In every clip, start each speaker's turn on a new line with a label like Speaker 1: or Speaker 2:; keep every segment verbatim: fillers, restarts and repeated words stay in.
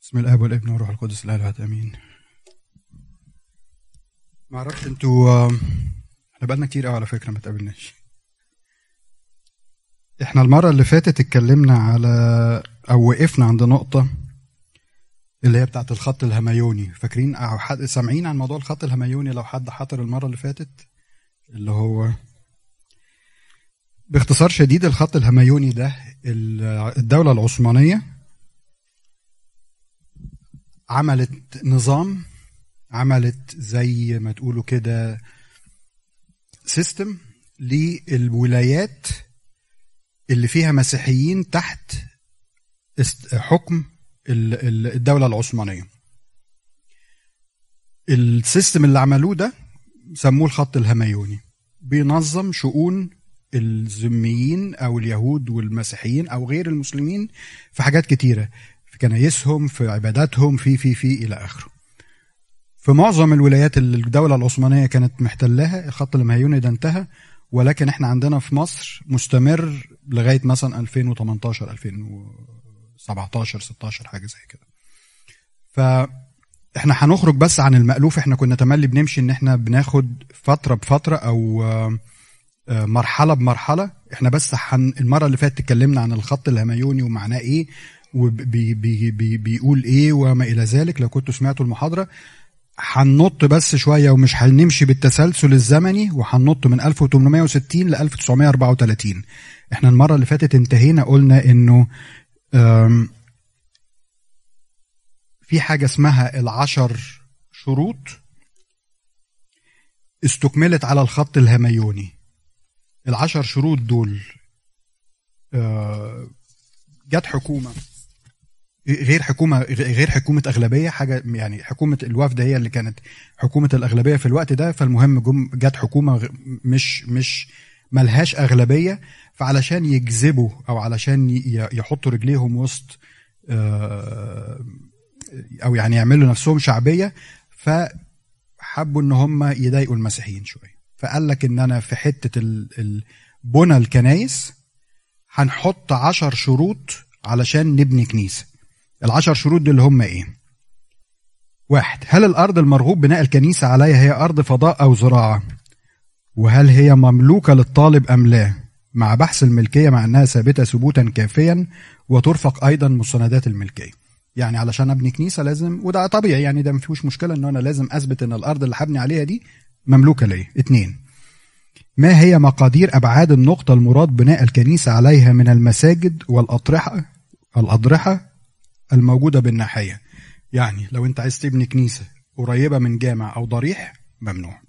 Speaker 1: بسم الاب والابن والروح القدس الاله الواحد امين. ما اعرفش انتوا، احنا بقالنا كتير قوي على فكره ما تقابلناش. احنا المره اللي فاتت اتكلمنا على او وقفنا عند نقطه اللي هي بتاعه الخط الهميوني. فاكرين او حد سامعين عن موضوع الخط الهميوني؟ لو حد حاضر المره اللي فاتت، اللي هو باختصار شديد الخط الهميوني ده الدوله العثمانيه عملت نظام، عملت زي ما تقولوا كده سيستم للولايات اللي فيها مسيحيين تحت حكم الدولة العثمانية. السيستم اللي عملوه ده سموه الخط الهميوني، بينظم شؤون الذميين أو اليهود والمسيحيين أو غير المسلمين في حاجات كتيرة، في كنايسهم، في عباداتهم، في في في إلى آخره. في معظم الولايات اللي الدولة العثمانية كانت محتلاها الخط الهميوني ده انتهى، ولكن احنا عندنا في مصر مستمر لغاية مثلا ألفين وتمنتاشر ألفين وسبعتاشر ستاشر حاجة زي كده. فاحنا هنخرج بس عن المألوف. احنا كنا تملي بنمشي ان احنا بناخد فترة بفترة او مرحلة بمرحلة. احنا بس حن المرة اللي فاتت اتكلمنا عن الخط الهميوني ومعناه ايه وبي بي بي بيقول ايه وما الى ذلك. لو كنتوا سمعتوا المحاضرة هننط بس شوية ومش هنمشي بالتسلسل الزمني، وهننط من ألف وثمانمائة وستين ل ألف وتسعمائة وأربعة وثلاثين. احنا المرة اللي فاتت انتهينا قلنا انه في حاجة اسمها العشر شروط استكملت على الخط الهميوني. العشر شروط دول جت حكومة غير حكومة غير حكومة أغلبية، حاجة يعني حكومة الوفد هي اللي كانت حكومة الأغلبية في الوقت ده. فالمهم جم جت حكومة مش مش ملهاش أغلبية، فعلشان يجذبوا أو علشان يحطوا رجليهم وسط أو يعني يعملوا نفسهم شعبية، فحبوا إن هم يضايقوا المسيحيين شوية. فقال لك إن أنا في حتة البنى الكنايس هنحط عشر شروط علشان نبني كنيسة. العشر شروط دي اللي هم ايه؟ واحد، هل الارض المرغوب بناء الكنيسة عليها هي ارض فضاء او زراعة؟ وهل هي مملوكة للطالب ام لا؟ مع بحث الملكية مع انها ثابتة ثبوتا كافيا وترفق ايضا مستندات الملكية. يعني علشان ابني كنيسة لازم، وده طبيعي يعني، ده مفيش مشكلة ان انا لازم اثبت ان الارض اللي هبني عليها دي مملوكة ليا. اتنين، ما هي مقادير ابعاد النقطة المراد بناء الكنيسة عليها من المساجد والاضرحة الاضرحة الموجودة بالناحية؟ يعني لو انت عايز تبني كنيسة قريبة من جامع او ضريح ممنوع.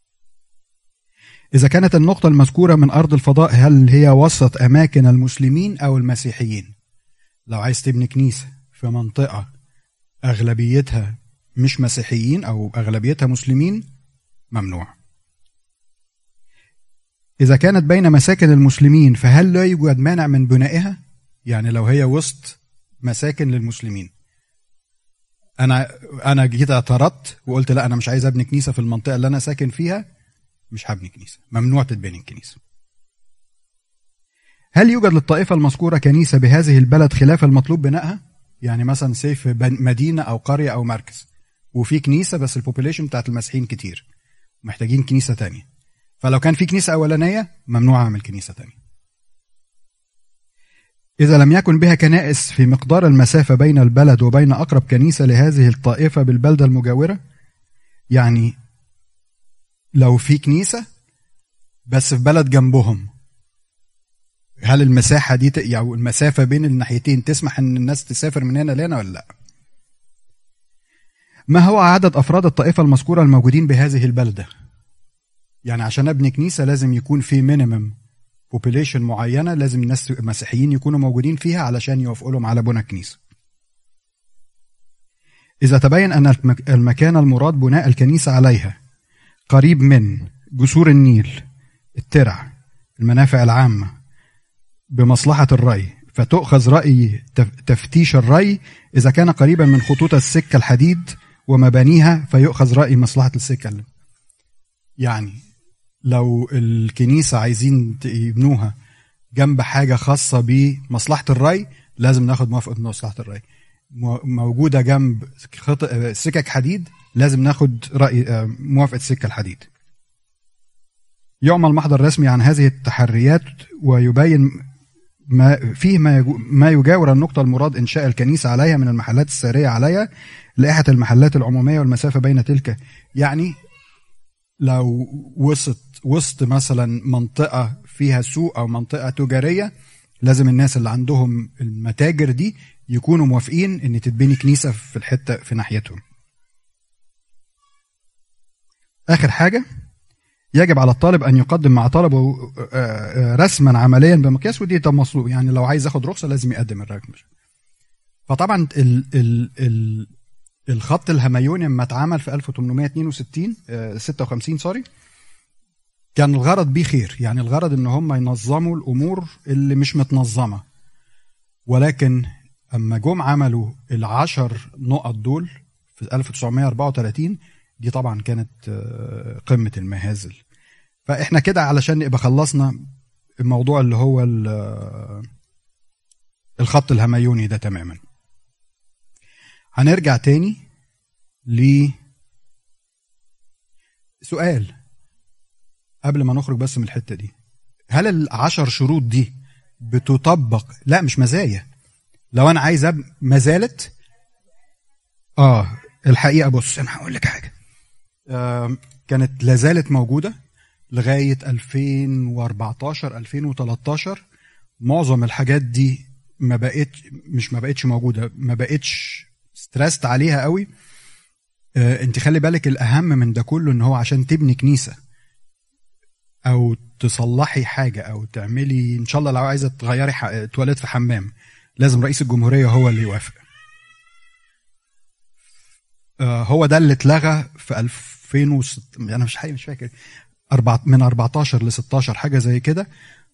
Speaker 1: اذا كانت النقطة المذكورة من ارض الفضاء هل هي وسط اماكن المسلمين او المسيحيين؟ لو عايز تبني كنيسة في منطقة اغلبيتها مش مسيحيين او اغلبيتها مسلمين ممنوع. اذا كانت بين مساكن المسلمين فهل لا يوجد مانع من بنائها؟ يعني لو هي وسط مساكن للمسلمين، انا انا جيت اعترضت وقلت لا انا مش عايز ابني كنيسه في المنطقه اللي انا ساكن فيها، مش هبني كنيسه، ممنوع تتبني الكنيسه. هل يوجد للطائفه المذكوره كنيسه بهذه البلد خلاف المطلوب بنائها؟ يعني مثلا سيف مدينه او قريه او مركز وفي كنيسه بس البوبوليشن بتاعت المسيحيين كتير محتاجين كنيسه تانية، فلو كان في كنيسه اولانيه ممنوع اعمل كنيسه تانية. إذا لم يكن بها كنائس في مقدار المسافة بين البلد وبين أقرب كنيسة لهذه الطائفة بالبلدة المجاورة، يعني لو في كنيسة بس في بلد جنبهم، هل المساحة دي يعني يعني المسافة بين الناحيتين تسمح أن الناس تسافر من هنا لهنا ولا لا؟ ما هو عدد أفراد الطائفة المذكورة الموجودين بهذه البلدة؟ يعني عشان أبني كنيسة لازم يكون في مينيمم population معينة، لازم الناس مسيحيين يكونوا موجودين فيها علشان يوافقوا لهم على بناء الكنيسة. إذا تبين أن المكان المراد بناء الكنيسة عليها قريب من جسور النيل، الترع، المنافع العامة بمصلحة الري، فتؤخذ رأي تفتيش الري. إذا كان قريبا من خطوط السكة الحديد ومبانيها فيؤخذ رأي مصلحة السكة. يعني لو الكنيسة عايزين يبنوها جنب حاجة خاصة بمصلحة الري لازم ناخد موافقة مصلحة الري. موجوده جنب سكك حديد لازم ناخد راي موافقه سكه الحديد. يعمل محضر رسمي عن هذه التحريات ويبين ما فيه ما يجاور النقطة المراد إنشاء الكنيسة عليها من المحلات السارية عليها لائحة المحلات العمومية والمسافة بين تلك. يعني لو وسط وسط مثلا منطقة فيها سوق أو منطقة تجارية لازم الناس اللي عندهم المتاجر دي يكونوا موافقين إن تتبني كنيسة في الحتة في ناحيتهم. آخر حاجة، يجب على الطالب أن يقدم مع طلبه رسما عمليا بمقياس، ودي طب مطلوب، يعني لو عايز ياخد رخصة لازم يقدم الرقم. فطبعا ال ال ال الخط الهميوني لما اتعمل في ألف وثمانمائة واثنين وستين ستة وخمسين سوري كان الغرض بيه خير، يعني الغرض ان هم ينظموا الامور اللي مش متنظمة. ولكن اما جم عملوا العشر نقط دول في ألف وتسعمائة وأربعة وثلاثين دي طبعا كانت قمة المهازل. فاحنا كده علشان نبقى خلصنا الموضوع اللي هو الخط الهميوني ده تماما. هنرجع تاني لسؤال قبل ما نخرج بس من الحتة دي، هل العشر شروط دي بتطبق؟ لا مش مزايا. لو انا عايز اب ما زالت اه الحقيقة بص انا هقول لك حاجة، آه كانت لازالت موجودة لغاية ألفين وأربعتاشر ألفين وتلتاشر. معظم الحاجات دي ما بقتش مش ما بقتش موجودة، ما بقتش ستريست عليها قوي. آه انت خلي بالك الاهم من ده كله ان هو عشان تبني كنيسة او تصلحي حاجة او تعملي ان شاء الله لو عايزة تغيري تواليت في حمام لازم رئيس الجمهورية هو اللي يوافق. آه هو ده اللي اتلغى في ألفين وستة، انا مش مش فاكر من أربعتاشر ل ستاشر حاجة زي كده.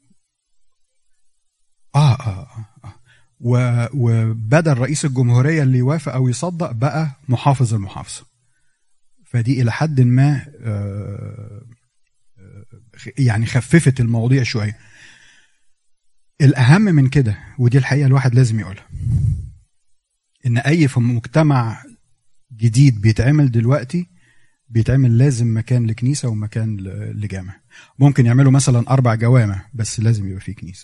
Speaker 1: آه, آه, آه. وبدل رئيس الجمهورية اللي يوافق أو يصدق بقى محافظ المحافظة. فدي إلى حد ما آه يعني خففت المواضيع شوية. الأهم من كده ودي الحقيقة الواحد لازم يقولها، إن أي في مجتمع جديد بيتعمل دلوقتي بيتعمل لازم مكان لكنيسة ومكان لجامع. ممكن يعملوا مثلا أربع جوامع بس لازم يبقى فيه كنيسة.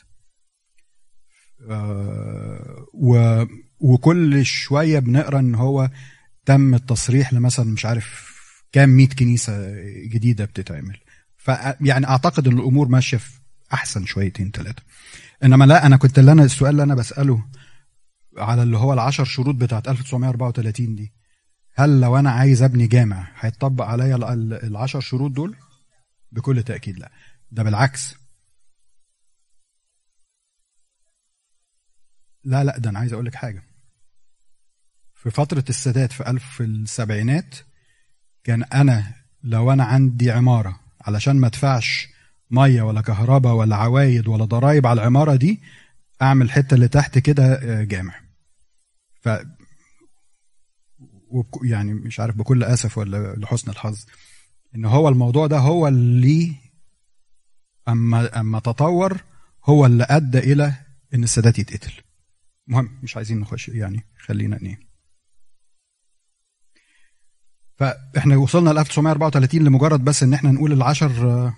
Speaker 1: آه و وكل شوية بنقرأ إن هو تم التصريح لمثلا مش عارف كام مئة كنيسة جديدة بتتعمل. فيعني أعتقد إن الأمور ماشية في أحسن شويتين ثلاثة. إنما لا أنا كنت اللي أنا السؤال اللي أنا بسأله على اللي هو العشر شروط بتاعت ألف وتسعمائة وأربعة وثلاثين دي، هل لو أنا عايز أبني جامع هيتطبق عليا العشر شروط دول؟ بكل تأكيد لا. ده بالعكس، لا لا ده أنا عايز أقول لك حاجة. في فترة السادات في ألف السبعينات كان أنا لو أنا عندي عمارة علشان ما ادفعش مية ولا كهرباء ولا عوايد ولا ضرائب على العمارة دي أعمل حتة اللي تحت كده جامع. ف يعني مش عارف بكل أسف ولا لحسن الحظ إن هو الموضوع ده هو اللي أما أما تطور هو اللي أدى إلى إن السادات يتقتل. مهم مش عايزين نخش يعني خلينا نيه. فإحنا وصلنا ل ألف وتسعمائة وأربعة وثلاثين لمجرد بس إن إحنا نقول العشر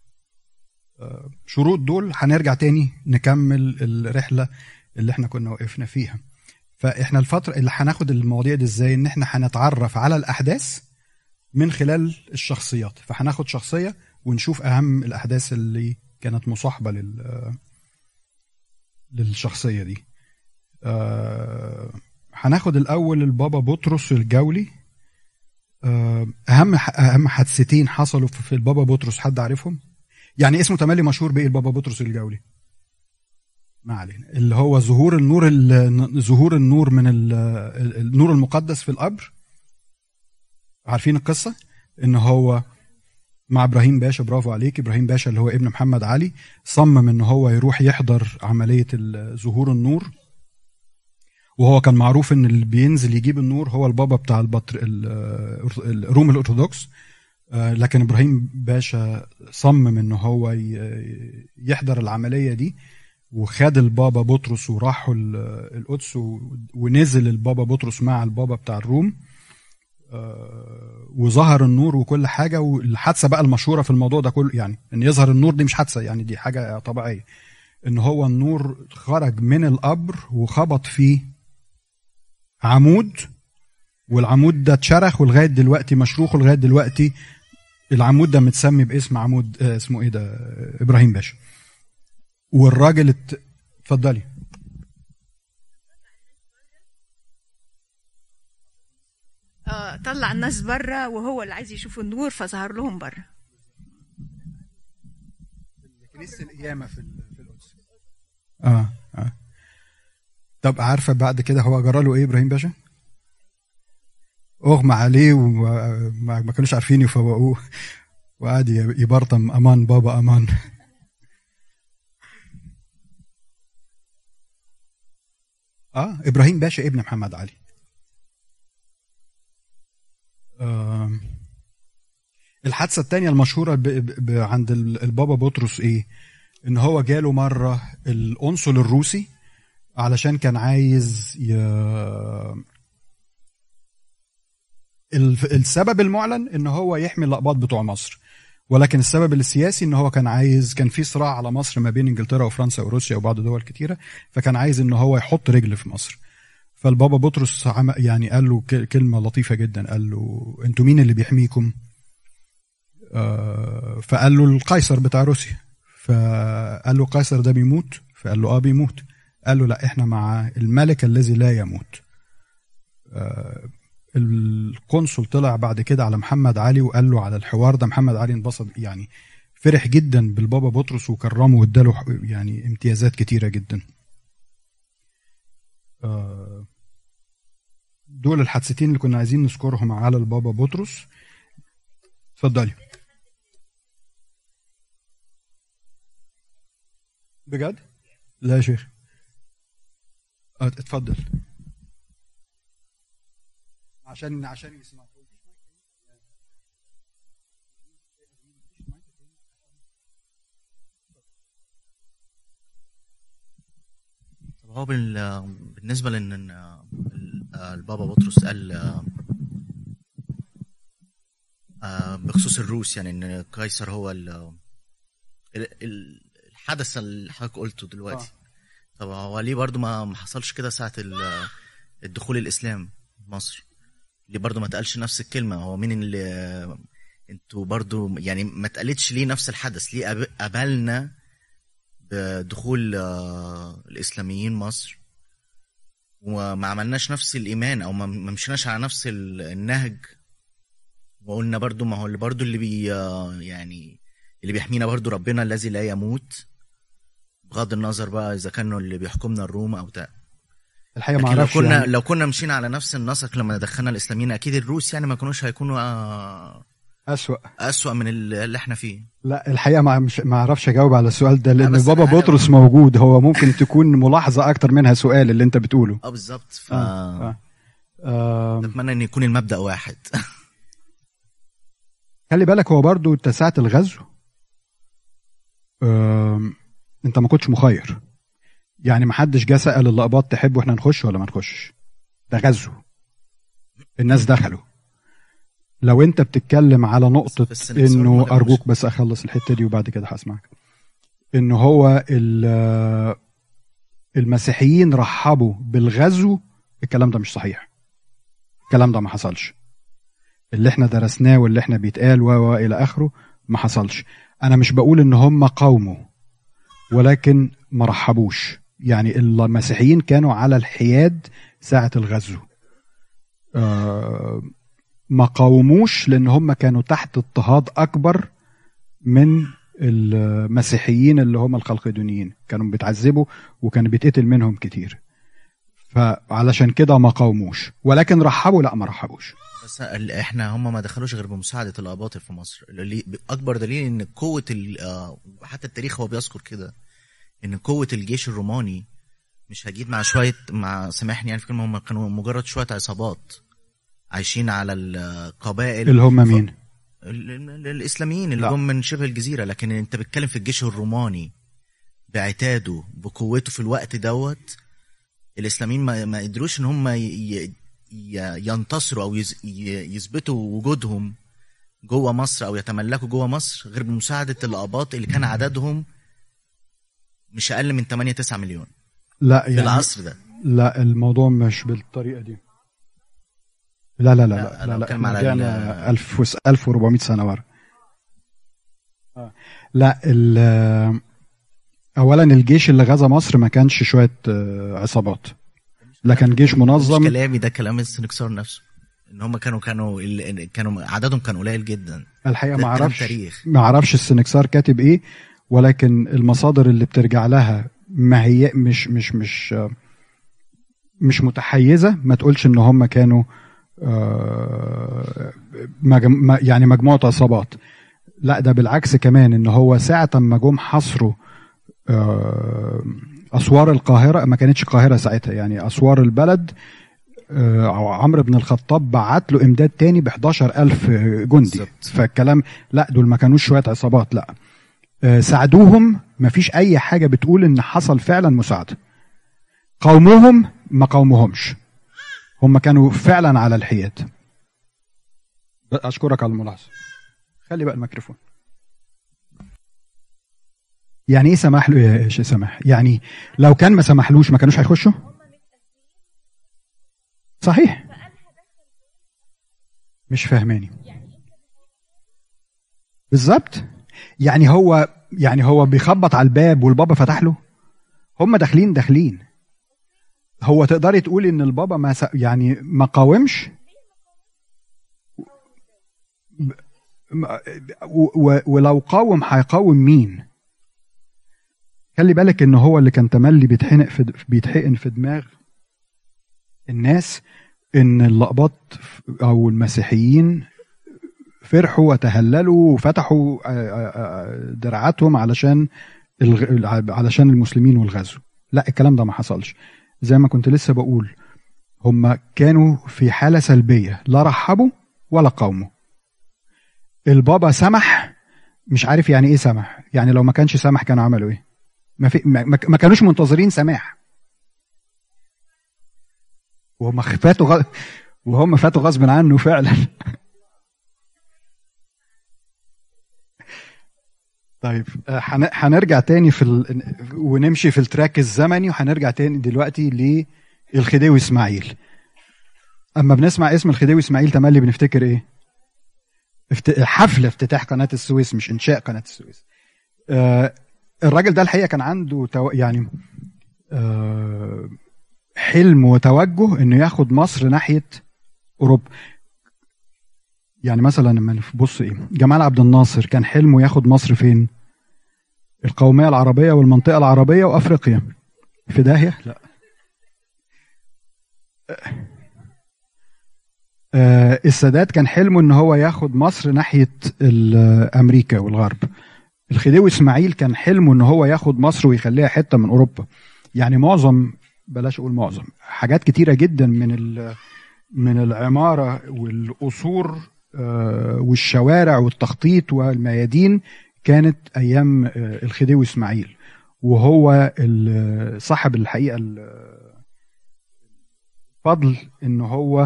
Speaker 1: شروط دول. هنرجع تاني نكمل الرحلة اللي إحنا كنا وقفنا فيها. فإحنا الفترة اللي هناخد المواضيع دي إزاي، إن إحنا هنتعرف على الأحداث من خلال الشخصيات. فهناخد شخصية ونشوف أهم الأحداث اللي كانت مصاحبة لل للشخصية دي. أه... هناخد الأول البابا بطرس الجولي. أه... أهم أهم حادثتين حصلوا في البابا بطرس حد عارفهم؟ يعني اسمه تملي مشهور بإيه البابا بطرس الجولي؟ ما علينا. اللي هو ظهور النور ظهور النور من النور المقدس في القبر. عارفين القصة؟ إن هو مع إبراهيم باشا، برافو عليك، إبراهيم باشا اللي هو ابن محمد علي، صمم إن هو يروح يحضر عملية ظهور النور. وهو كان معروف إن اللي بينزل يجيب النور هو البابا بتاع البطر الروم الأرثوذكس. لكن إبراهيم باشا صمم إن هو يحضر العملية دي. وخد البابا بطرس وراحوا القدس، ونزل البابا بطرس مع البابا بتاع الروم، وظهر النور وكل حاجة. والحادثة بقى المشهورة في الموضوع ده كله، يعني ان يظهر النور دي مش حادثة، يعني دي حاجة طبيعية، ان هو النور خرج من القبر وخبط فيه عمود، والعمود ده اتشرخ ولغاية دلوقتي مشروخ، ولغاية دلوقتي العمود ده متسمي باسم عمود اه اسمه ايه ده، ابراهيم باشا. والراجل ات... اتفضلي.
Speaker 2: اه طلع الناس بره، وهو اللي عايز يشوف النور فظهر لهم بره.
Speaker 1: كنيسة القيامة في في القدس. اه اه طب عارفة بعد كده هو جرى له ايه ابراهيم باشا؟ اغمى عليه وما كانوش عارفين يفوقوه، وقعد يبرطم امان بابا امان. اه ابراهيم باشا ابن محمد علي. آه الحادثه الثانيه المشهوره ب ب عند البابا بطرس ايه؟ ان هو جاله مره القنصل الروسي علشان كان عايز ي... السبب المعلن ان هو يحمي الاقباط بتوع مصر، ولكن السبب السياسي ان هو كان عايز، كان في صراع على مصر ما بين انجلترا وفرنسا وروسيا وبعض دول كتيره، فكان عايز ان هو يحط رجل في مصر. فالبابا بطرس يعني قال له كلمه لطيفه جدا، قال له انتوا مين اللي بيحميكم؟ آه فقال له القيصر بتاع روسيا. فقال له قيصر ده بيموت؟ فقال له اه بيموت. قال له لا، احنا مع الملك الذي لا يموت. آه القنصل طلع بعد كده على محمد علي وقال له على الحوار ده. محمد علي انبسط، يعني فرح جدا بالبابا بطرس وكرمه واداله يعني امتيازات كتيرة جدا. دول الحادثتين اللي كنا عايزين نذكرهم على البابا بطرس. اتفضلي. بجد؟ لا يا شيخ. اتفضل عشان عشان يسمع.
Speaker 3: هو بالنسبة لأن البابا بطرس قال بخصوص الروس، يعني إن قيصر هو الحدث اللي حضرتك قلته دلوقتي. آه. طب هو ليه برضو ما حصلش كده ساعة الدخول الإسلام مصر؟ ليه برضو ما تقالش نفس الكلمة؟ هو مين اللي انتوا برضو يعني ما تقالتش ليه نفس الحدث؟ ليه قبلنا بدخول الإسلاميين مصر وما عملناش نفس الإيمان أو ما مشيناش على نفس النهج؟ وقلنا برضو ما هو اللي برضو اللي بي يعني اللي بيحمينا برضو ربنا الذي لا يموت، بغض النظر بقى إذا كانوا اللي بيحكمنا الروم أو ده.
Speaker 1: الحقيقة ما
Speaker 3: لو كنا
Speaker 1: يعني.
Speaker 3: لو كنا مشينا على نفس النسق لما دخلنا الإسلاميين، أكيد الروس يعني ما كانوش هيكونوا
Speaker 1: أسوأ
Speaker 3: أسوأ من اللي احنا فيه.
Speaker 1: لا الحقيقة ما مش ما أعرفش أجاوب على السؤال ده، لأن بابا بطرس موجود. هو ممكن تكون ملاحظة أكتر منها سؤال اللي أنت بتقوله.
Speaker 3: اه بالظبط. ف
Speaker 1: آه. آه. آه.
Speaker 3: أتمنى أن يكون المبدأ واحد.
Speaker 1: خلي بالك هو برضو ساعة الغزو آه. أنت ما كنتش مخير، يعني ما حدش جه سأل الأقباط تحبوا احنا نخش ولا ما نخش. ده غزو، الناس دخلوا. لو انت بتتكلم على نقطة انه ارجوك بس اخلص الحتة دي وبعد كده هسمعك، انه هو المسيحيين رحبوا بالغزو، الكلام ده مش صحيح. الكلام ده ما حصلش. اللي احنا درسناه واللي احنا بيتقال و الى اخره ما حصلش. انا مش بقول ان هم قاوموا، ولكن ما رحبوش. يعني المسيحيين كانوا على الحياد ساعة الغزو، آه ما قاوموش، لان هم كانوا تحت اضطهاد اكبر من المسيحيين اللي هم الخلقدونيين، كانوا بيتعذبوا وكان بيتقتل منهم كتير، فعلشان كده ما قاوموش. ولكن رحبوا؟ لا ما رحبوش.
Speaker 3: بس احنا هم ما دخلوش غير بمساعدة الأباطرة في مصر. اللي اكبر دليل ان قوة حتى التاريخ هو بيذكر كده، ان قوة الجيش الروماني مش هجيد مع شوية، مع سامحني يعني في كلمة، هم كانوا مجرد شوية عصابات عايشين على القبائل
Speaker 1: اللي هم مين؟ ف...
Speaker 3: الإسلاميين اللي هم من شبه الجزيرة. لكن انت بتتكلم في الجيش الروماني بعتاده بقوته في الوقت دوت الاسلاميين ما, ما قدروش ان هم ي... ي... ينتصروا او يز... يثبتوا وجودهم جوه مصر او يتملكوا جوه مصر غير بمساعده الاباط اللي كان عددهم مش اقل من ثمانية تسعة مليون.
Speaker 1: لا يعني
Speaker 3: في العصر ده
Speaker 1: لا الموضوع مش بالطريقه دي. لا لا لا لا لا, لا.
Speaker 3: كان على
Speaker 1: رجعنا ألف وأربعمية سنه ورا. لا اولا الجيش اللي غزا مصر ما كانش شويه عصابات، لا كان جيش منظم.
Speaker 3: مش كلامي ده، كلام السنكسار نفسه، ان هم كانوا كانوا كانوا عددهم كان قليل جدا.
Speaker 1: الحقيقه ما اعرفش ما اعرفش السنكسار كاتب ايه، ولكن المصادر اللي بترجع لها ما هي مش مش مش مش متحيزه. ما تقولش ان هم كانوا يعني مجموعه عصابات، لا ده بالعكس كمان، ان هو ساعه ما جم حصروا اسوار القاهره، ما كانتش القاهره ساعتها يعني اسوار البلد، عمرو بن الخطاب بعت له امداد تاني ب احداشر ألف جندي. فالكلام لا دول ما كانوش شويه عصابات، لا ساعدوهم. ما فيش اي حاجه بتقول ان حصل فعلا مساعده. قومهم ما قومهمش، هم كانوا فعلا على الحياد. اشكرك على الملاحظه. خلي بقى الميكروفون. يعني ايه سمح له يا شيخ سمح؟ يعني لو كان ما سمحلوش ما كانوش هيخشوا؟ صحيح. مش فاهماني بالظبط. يعني هو يعني هو بيخبط على الباب والبابا فتح له؟ هم داخلين داخلين. هو تقدري تقولي ان البابا ما س... يعني ما قاومش؟ و... ولو قاوم هيقاوم مين؟ خلي بالك ان هو اللي كان تملي بيتحنق في بيتحقن في دماغ الناس ان اللقباط او المسيحيين فرحوا وتهللوا وفتحوا دراعاتهم علشان الغ... علشان المسلمين والغزو. لا الكلام ده ما حصلش. زي ما كنت لسه بقول، هم كانوا في حالة سلبية، لا رحبوا ولا قاوموا. البابا سمح، مش عارف يعني ايه سمح. يعني لو ما كانش سمح كانوا عملوا ايه؟ ما, في ما, ما كانوش منتظرين سماح، وهم فاتوا غ... وهم فاتوا غصب عنه فعلا. طيب هنرجع تاني في ال... ونمشي في التراك الزمني، وهنرجع تاني دلوقتي للخديوي اسماعيل. اما بنسمع اسم الخديوي اسماعيل تملي بنفتكر ايه؟ افت... حفل افتتاح قناة السويس، مش انشاء قناة السويس. آه الراجل ده الحقيقة كان عنده تو... يعني آه حلم وتوجه انه ياخد مصر ناحية اوروبا. يعني مثلا لما نبص ايه، جمال عبد الناصر كان حلمه ياخد مصر فين؟ القومية العربية والمنطقة العربية وافريقيا. في داهية؟ لا. آه السادات كان حلمه ان هو ياخد مصر ناحية امريكا والغرب. الخديوي اسماعيل كان حلمه ان هو ياخد مصر ويخليها حتة من اوروبا. يعني معظم، بلاش اقول معظم، حاجات كتيرة جدا من من العمارة والقصور والشوارع والتخطيط والميادين كانت ايام الخديوي اسماعيل. وهو صاحب الحقيقة الفضل ان هو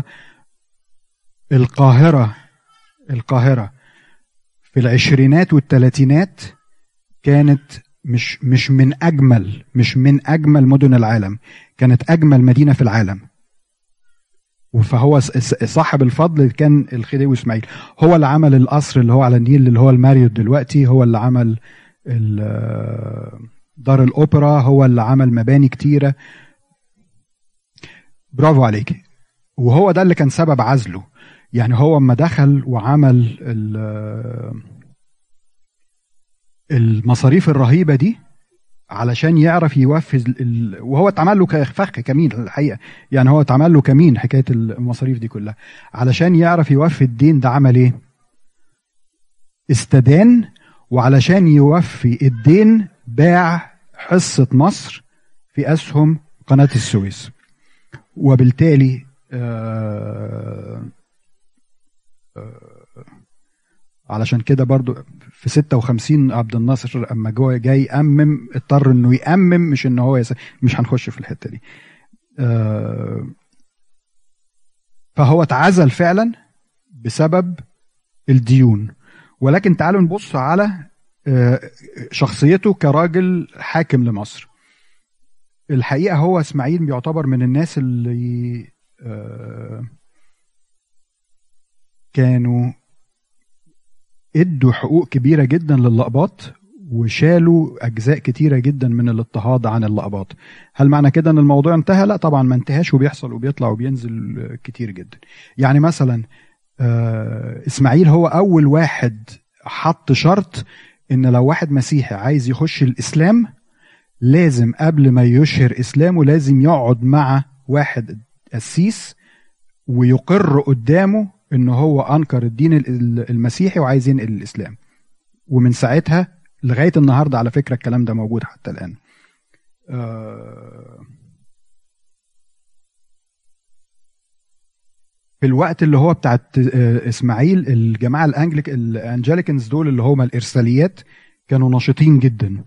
Speaker 1: القاهرة القاهرة في العشرينات والثلاثينات كانت مش مش من اجمل مش من اجمل مدن العالم، كانت اجمل مدينة في العالم. فهو صاحب الفضل كان الخديوي اسماعيل. هو اللي عمل القصر اللي هو على النيل اللي هو الماريوت دلوقتي، هو اللي عمل دار الاوبرا، هو اللي عمل مباني كتيرة. برافو عليك. وهو ده اللي كان سبب عزله. يعني هو اما دخل وعمل المصاريف الرهيبة دي علشان يعرف يوفي ال... وهو اتعمل له فخ كمين الحقيقة. يعني هو اتعمل له كمين حكاية المصاريف دي كلها علشان يعرف يوفي الدين ده. عمل ايه؟ استدان، وعلشان يوفي الدين باع حصة مصر في أسهم قناة السويس. وبالتالي آه آه علشان كده برضو في ستة وخمسين عبد الناصر اما جوه جاي يأمم اضطر انه يأمم مش ان هو يس... مش هنخش في الحته دي. آه فهو اتعزل فعلا بسبب الديون. ولكن تعالوا نبص على آه شخصيته كراجل حاكم لمصر. الحقيقه هو اسماعيل بيعتبر من الناس اللي آه كانوا ادوا حقوق كبيرة جدا للأقباط وشالوا أجزاء كتيرة جدا من الاضطهاد عن الأقباط. هل معنى كده أن الموضوع انتهى؟ لا طبعا ما انتهاش، وبيحصل وبيطلع وبينزل كتير جدا. يعني مثلا إسماعيل هو أول واحد حط شرط أن لو واحد مسيحي عايز يخش الإسلام لازم قبل ما يشهر إسلامه لازم يقعد مع واحد قسيس ويقر قدامه ان هو انكر الدين المسيحي وعايز ينقل الاسلام. ومن ساعتها لغايه النهارده على فكره الكلام ده موجود حتى الان. في الوقت اللي هو بتاعت اسماعيل الجماعه الانجليك الانجليكنز دول اللي هم الارساليات كانوا نشيطين جدا،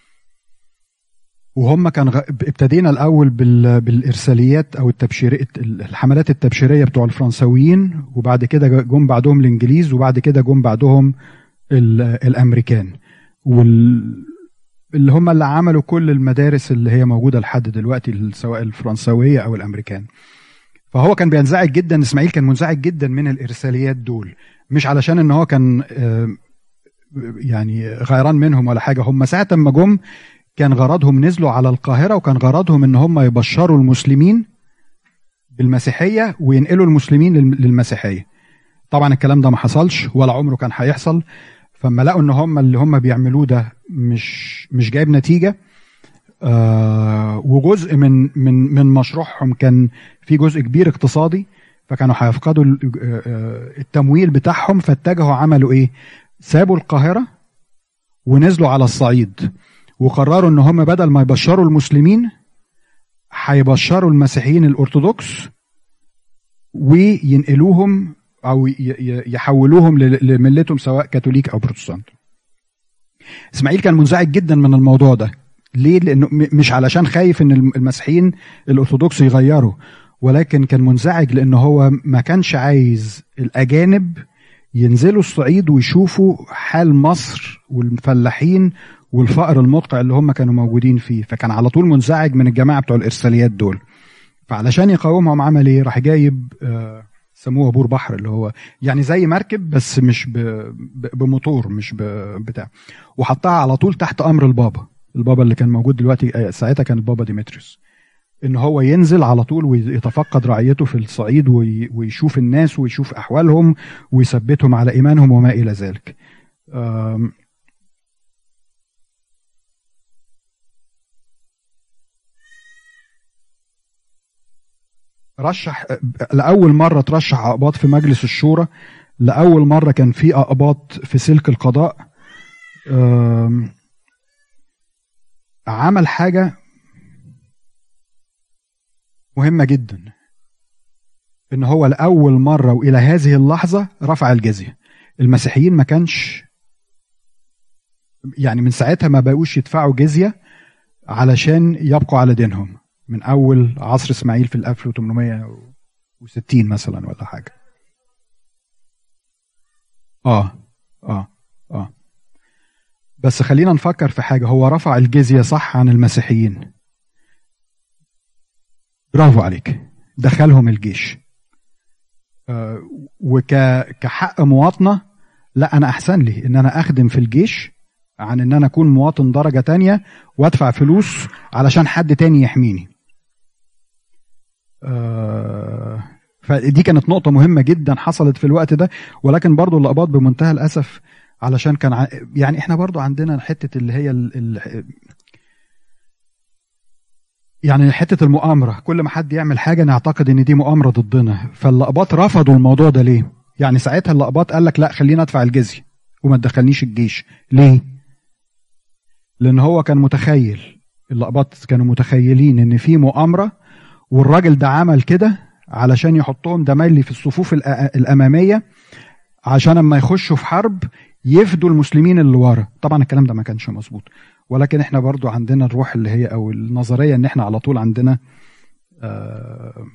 Speaker 1: وهم كان غ... ابتدينا الاول بال... بالارساليات او التبشير الحملات التبشيريه بتوع الفرنساويين، وبعد كده جم بعدهم الانجليز، وبعد كده جم بعدهم ال... الامريكان، وال... اللي هم اللي عملوا كل المدارس اللي هي موجوده لحد دلوقتي سواء الفرنساويه او الامريكان. فهو كان بينزعج جدا، اسماعيل كان منزعج جدا من الارساليات دول، مش علشان ان هو كان يعني غيران منهم ولا حاجه. هم ساعه ما جم كان غرضهم نزلوا على القاهرة، وكان غرضهم ان هم يبشروا المسلمين بالمسيحية وينقلوا المسلمين للمسيحية. طبعا الكلام ده ما حصلش ولا عمره كان هيحصل. فما لقوا ان هم اللي هم بيعملوه ده مش مش جايب نتيجة، آه وجزء من من من مشروعهم كان في جزء كبير اقتصادي، فكانوا هيفقدوا التمويل بتاعهم، فاتجهوا عملوا ايه؟ سابوا القاهرة ونزلوا على الصعيد، وقرروا ان هم بدل ما يبشروا المسلمين هيبشروا المسيحيين الارثوذكس وينقلوهم او يحولوهم لملتهم سواء كاثوليك او بروتستانت. اسماعيل كان منزعج جدا من الموضوع ده. ليه؟ لانه مش علشان خايف ان المسيحيين الارثوذكس يغيروا، ولكن كان منزعج لان هو ما كانش عايز الاجانب ينزلوا الصعيد ويشوفوا حال مصر والفلاحين والفقر المدقع اللي هم كانوا موجودين فيه. فكان على طول منزعج من الجماعه بتوع الارساليات دول. فعلشان يقاومهم عمل ايه؟ راح جايب آه سموه بور بحر، اللي هو يعني زي مركب بس مش بموتور، مش بتاع، وحطها على طول تحت امر البابا البابا اللي كان موجود دلوقتي ساعتها كان البابا ديمتريوس، ان هو ينزل على طول ويتفقد رعيته في الصعيد ويشوف الناس ويشوف احوالهم ويثبتهم على ايمانهم وما الى ذلك. رشح لأول مرة ترشح أقباط في مجلس الشورى، لأول مرة كان في أقباط في سلك القضاء. عمل حاجة مهمة جدا، إن هو لأول مرة وإلى هذه اللحظة رفع الجزية. المسيحيين ما كانش يعني من ساعتها ما بقوش يدفعوا جزية علشان يبقوا على دينهم، من أول عصر إسماعيل في الألف وثمانمائة وستين مثلا ولا حاجة. آه آه آه بس خلينا نفكر في حاجة. هو رفع الجزية صح عن المسيحيين، برافو عليك، دخلهم الجيش. آه وكحق مواطنة، لا أنا أحسن لي إن أنا أخدم في الجيش عن إن أنا أكون مواطن درجة تانية وأدفع فلوس علشان حد تاني يحميني. آه فدي كانت نقطة مهمة جدا حصلت في الوقت ده. ولكن برضو الأقباط بمنتهى الأسف، علشان كان ع... يعني احنا برضو عندنا حتة اللي هي ال... ال... يعني حتة المؤامرة، كل ما حد يعمل حاجة نعتقد ان دي مؤامرة ضدنا. فالأقباط رفضوا الموضوع ده. ليه؟ يعني ساعتها الأقباط قال لك لا خلينا ادفع الجزية وما تدخلنيش الجيش. ليه؟ لأن هو كان متخيل، الأقباط كانوا متخيلين ان في مؤامرة، والراجل ده عمل كده علشان يحطهم دمالي في الصفوف الأمامية، عشان اما يخشوا في حرب يفدوا المسلمين اللي ورا. طبعا الكلام ده ما كانش مظبوط، ولكن احنا برضو عندنا الروح اللي هي او النظريه ان احنا على طول عندنا آه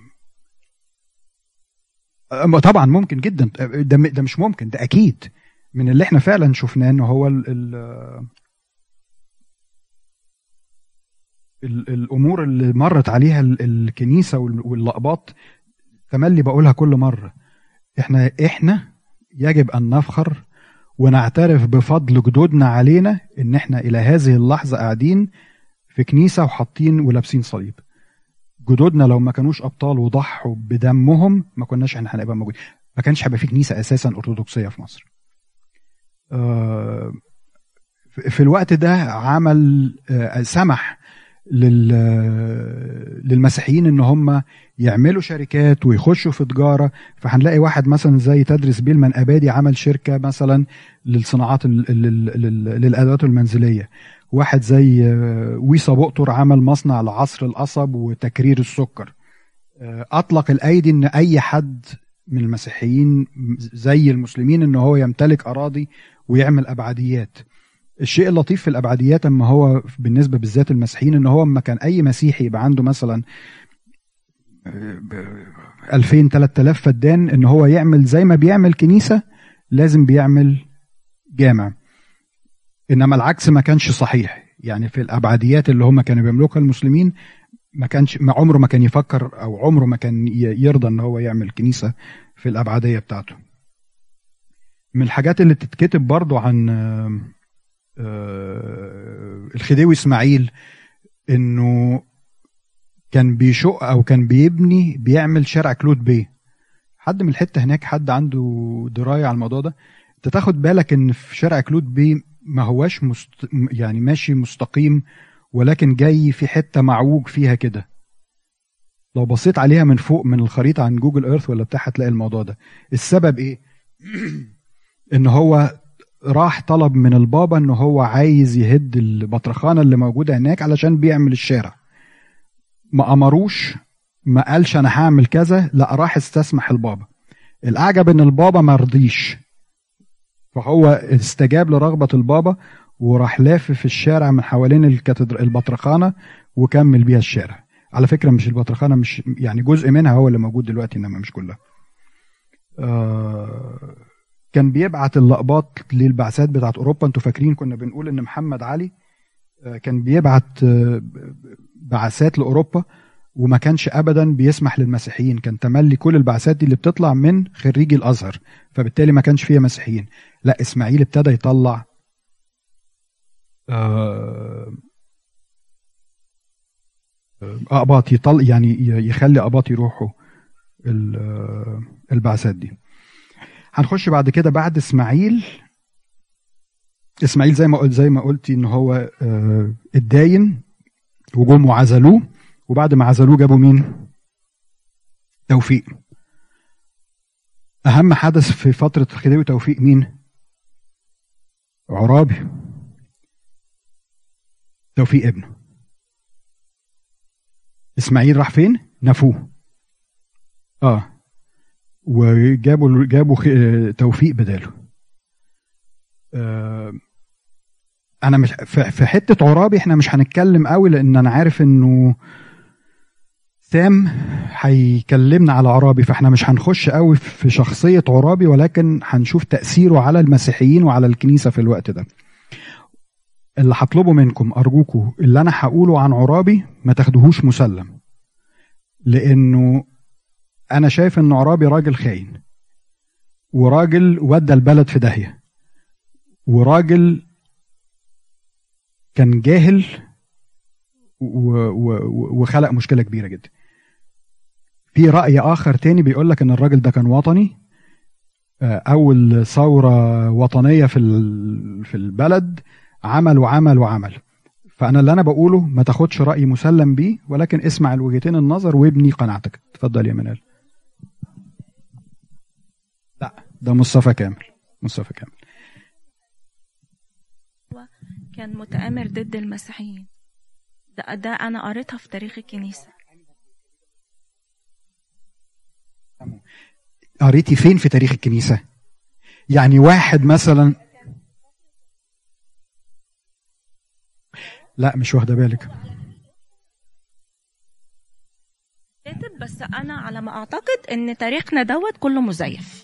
Speaker 1: طبعا ممكن جدا، ده ده مش ممكن، ده اكيد من اللي احنا فعلا شفناه انه هو ال ال ال الامور اللي مرت عليها الكنيسه واللقباط تملي بقولها كل مره. احنا احنا يجب ان نفخر ونعترف بفضل جدودنا علينا ان احنا الى هذه اللحظه قاعدين في كنيسه وحاطين ولابسين صليب. جدودنا لو ما كانوش ابطال وضحوا بدمهم ما كناش احنا هنبقى موجودين، ما كانش هيبقى في كنيسه اساسا ارثوذكسيه في مصر. في الوقت ده عمل سمح للمسيحيين ان هم يعملوا شركات ويخشوا في تجاره. فهنلاقي واحد مثلا زي تدرس بيلمان ابادي عمل شركه مثلا للصناعات للادوات المنزليه. واحد زي ويصا بقطر عمل مصنع لعصر القصب وتكرير السكر. اطلق الايدي ان اي حد من المسيحيين زي المسلمين ان هو يمتلك اراضي ويعمل ابعديات. الشيء اللطيف في الابعديات اما هو بالنسبه بالذات المسيحيين ان هو اما كان اي مسيحي يبقى عنده مثلا ألفين ثلاثة آلاف فدان ان هو يعمل زي ما بيعمل كنيسه لازم بيعمل جامع. انما العكس ما كانش صحيح، يعني في الابعديات اللي هم كانوا بيملكها المسلمين ما كانش ما عمره ما كان يفكر او عمره ما كان يرضى ان هو يعمل كنيسه في الابعديه بتاعته. من الحاجات اللي تتكتب برضو عن الخديوي اسماعيل انه كان بيشق او كان بيبني بيعمل شارع كلود بيه. حد من الحته هناك حد عنده درايه على الموضوع ده؟ انت تاخد بالك ان في شارع كلود بيه ما هواش مست... يعني ماشي مستقيم، ولكن جاي في حته معوج فيها كده. لو بصيت عليها من فوق من الخريطه عن جوجل ايرث ولا بتاع هتلاقي الموضوع ده. السبب ايه؟ ان هو راح طلب من البابا ان هو عايز يهد البطرخانه اللي موجوده هناك علشان بيعمل الشارع. ما امروش، ما قالش انا هعمل كذا، لا راح استسمح البابا. الاعجب ان البابا ما رضيش، فهو استجاب لرغبه البابا وراح لافف الشارع من حوالين الكاتدرا البطرخانه وكمل بيها الشارع. على فكره مش البطرخانه، مش يعني جزء منها هو اللي موجود دلوقتي انما مش كلها. آه كان بيبعت اللقبات للبعثات بتاعت اوروبا. انتوا فاكرين كنا بنقول ان محمد علي كان بيبعت بعثات لاوروبا وما كانش ابدا بيسمح للمسيحيين، كان تملي كل البعثات دي اللي بتطلع من خريجي الازهر، فبالتالي ما كانش فيها مسيحيين. لا، اسماعيل ابتدى يطلع اقباط، يطل يعني يخلي اقباط يروحوا البعثات دي. هنخش بعد كده بعد اسماعيل. اسماعيل زي ما قلت زي ما قلتي ان هو اتداين وجم وعزلوه، وبعد ما عزلوه جابوا مين؟ توفيق. اهم حدث في فتره الخديوي توفيق مين؟ عرابي. توفيق ابنه. اسماعيل راح فين؟ نفوه. اه وجابوا جابوا توفيق بداله. آه انا مش في حته عرابي احنا مش هنتكلم قوي لان انا عارف انه سام هيكلمنا على عرابي، فاحنا مش هنخش قوي في شخصيه عرابي، ولكن هنشوف تاثيره على المسيحيين وعلى الكنيسه في الوقت ده. اللي هطلبه منكم ارجوكم اللي انا هقوله عن عرابي ما تاخدوهوش مسلم، لانه انا شايف ان عرابي راجل خاين، وراجل ودى البلد في داهيه، وراجل كان جاهل وخلق مشكله كبيره جدا. في راي اخر تاني بيقول لك ان الراجل ده كان وطني، اول ثوره وطنيه في في البلد عمل وعمل وعمل. فانا اللي انا بقوله ما تاخدش راي مسلم بيه، ولكن اسمع الوجهتين النظر وابني قناعتك. اتفضل يا منال. لا ده مصطفى كامل. مصطفى كامل
Speaker 4: كان متآمر ضد المسيحيين. ده, ده أنا قريتها في تاريخ الكنيسة.
Speaker 1: قريتي فين في تاريخ الكنيسة؟ يعني واحد مثلا لا مش واخده بالك.
Speaker 4: كاتب، بس انا على ما اعتقد ان تاريخنا دوت كله مزيف.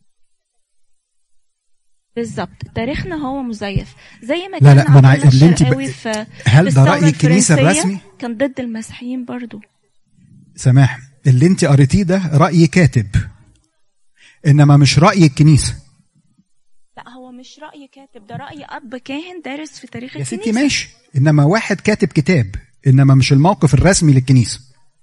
Speaker 4: بالظبط، تاريخنا هو مزيف زي ما
Speaker 1: لا
Speaker 4: كان
Speaker 1: لا ما انا
Speaker 4: عبد
Speaker 1: اللي انت
Speaker 4: الشرقاوي
Speaker 1: ب...
Speaker 4: في
Speaker 1: هل
Speaker 4: في
Speaker 1: ده
Speaker 4: الثورة
Speaker 1: راي الكنيسه
Speaker 4: الفرنسية
Speaker 1: الرسمي؟
Speaker 4: كان ضد المسيحيين برضو.
Speaker 1: سماح، اللي انت قريتيه ده راي كاتب، انما مش راي الكنيسه.
Speaker 4: لا هو مش رأي كاتب، ده رأي أب كاهن دارس في تاريخ
Speaker 1: يا
Speaker 4: الكنيسة.
Speaker 1: ستي ماشي، انما واحد كاتب كتاب، انما مش الموقف الرسمي للكنيسه.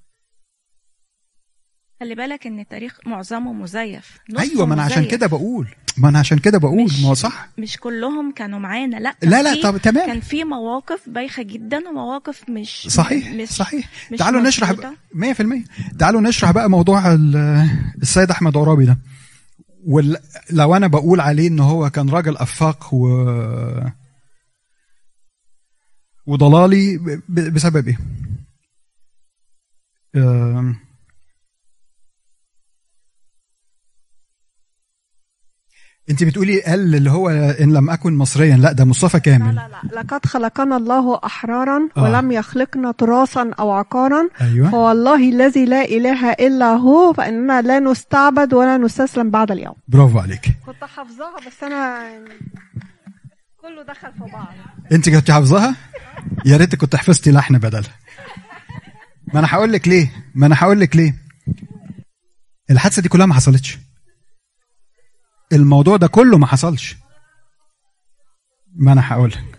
Speaker 4: خلي بالك ان التاريخ معظمه مزيف. نصه
Speaker 1: ايوه ما انا عشان
Speaker 4: مزيف.
Speaker 1: كده بقول ما انا عشان كده بقول
Speaker 4: مش-
Speaker 1: ما هو صح.
Speaker 4: مش كلهم كانوا معانا، لا كان
Speaker 1: لا لا
Speaker 4: في-
Speaker 1: طب تمام
Speaker 4: كان في مواقف بايخة جدا ومواقف مش
Speaker 1: صحيح
Speaker 4: مش
Speaker 1: صحيح.
Speaker 4: مش
Speaker 1: تعالوا نشرح
Speaker 4: مظبوطة.
Speaker 1: بقى مية في المية. تعالوا نشرح بقى موضوع ال- السيد احمد عرابي ده. ولو انا بقول عليه ان هو كان راجل افاق و وضلالي ب- بسبب ايه؟ أم... انت بتقولي قال اللي هو ان لم اكن مصريا، لا ده مصطفى
Speaker 5: لا
Speaker 1: كامل.
Speaker 5: لا لا، لقد خلقنا الله أحرارا
Speaker 1: آه.
Speaker 5: ولم يخلقنا تراثا أو عقارا،
Speaker 1: ايوه
Speaker 5: فوالله الذي لا إله إلا هو فإننا لا نستعبد ولا نستسلم بعد اليوم.
Speaker 1: برافو عليك.
Speaker 5: كنت حافظاها بس أنا يعني كله دخل في بعض.
Speaker 1: انت كنت حافظاها؟ يا ريت كنت حفظتي لحن بدلها. ما انا هقول لك ليه ما انا هقول لك ليه الحادثه دي كلها ما حصلتش. الموضوع ده كله ما حصلش. ما انا هقول لك.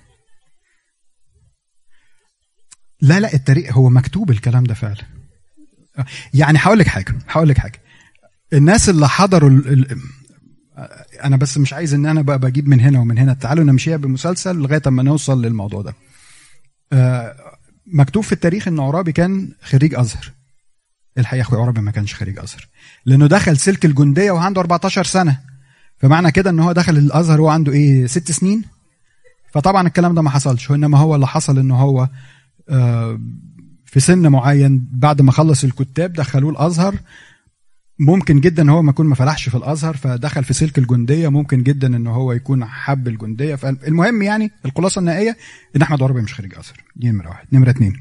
Speaker 1: لا لا التاريخ هو مكتوب الكلام ده فعلا. يعني هقول لك حاجه هقول لك حاجه الناس اللي حضروا ال... ال... انا بس مش عايز ان انا بقى بجيب من هنا ومن هنا. تعالوا نمشيها بمسلسل لغايه اما نوصل للموضوع ده. آه، مكتوب في التاريخ ان عرابي كان خريج ازهر. الحقيقه اخويا عرابي ما كانش خريج ازهر، لانه دخل سلك الجنديه وعنده أربعتاشر سنه، فمعنى كده ان هو دخل الازهر وهو عنده ايه ست سنين. فطبعا الكلام ده ما حصلش، انما هو اللي حصل ان هو آه، في سن معين بعد ما خلص الكتاب دخلوه الازهر. ممكن جدا ان هو ما يكون ما فلحش في الازهر فدخل في سلك الجنديه، ممكن جدا ان هو يكون حب الجنديه. فالمهم يعني الخلاصه النهائيه ان احمد عرابي مش خريج ازهر. دي نمره واحد. نمره اتنين،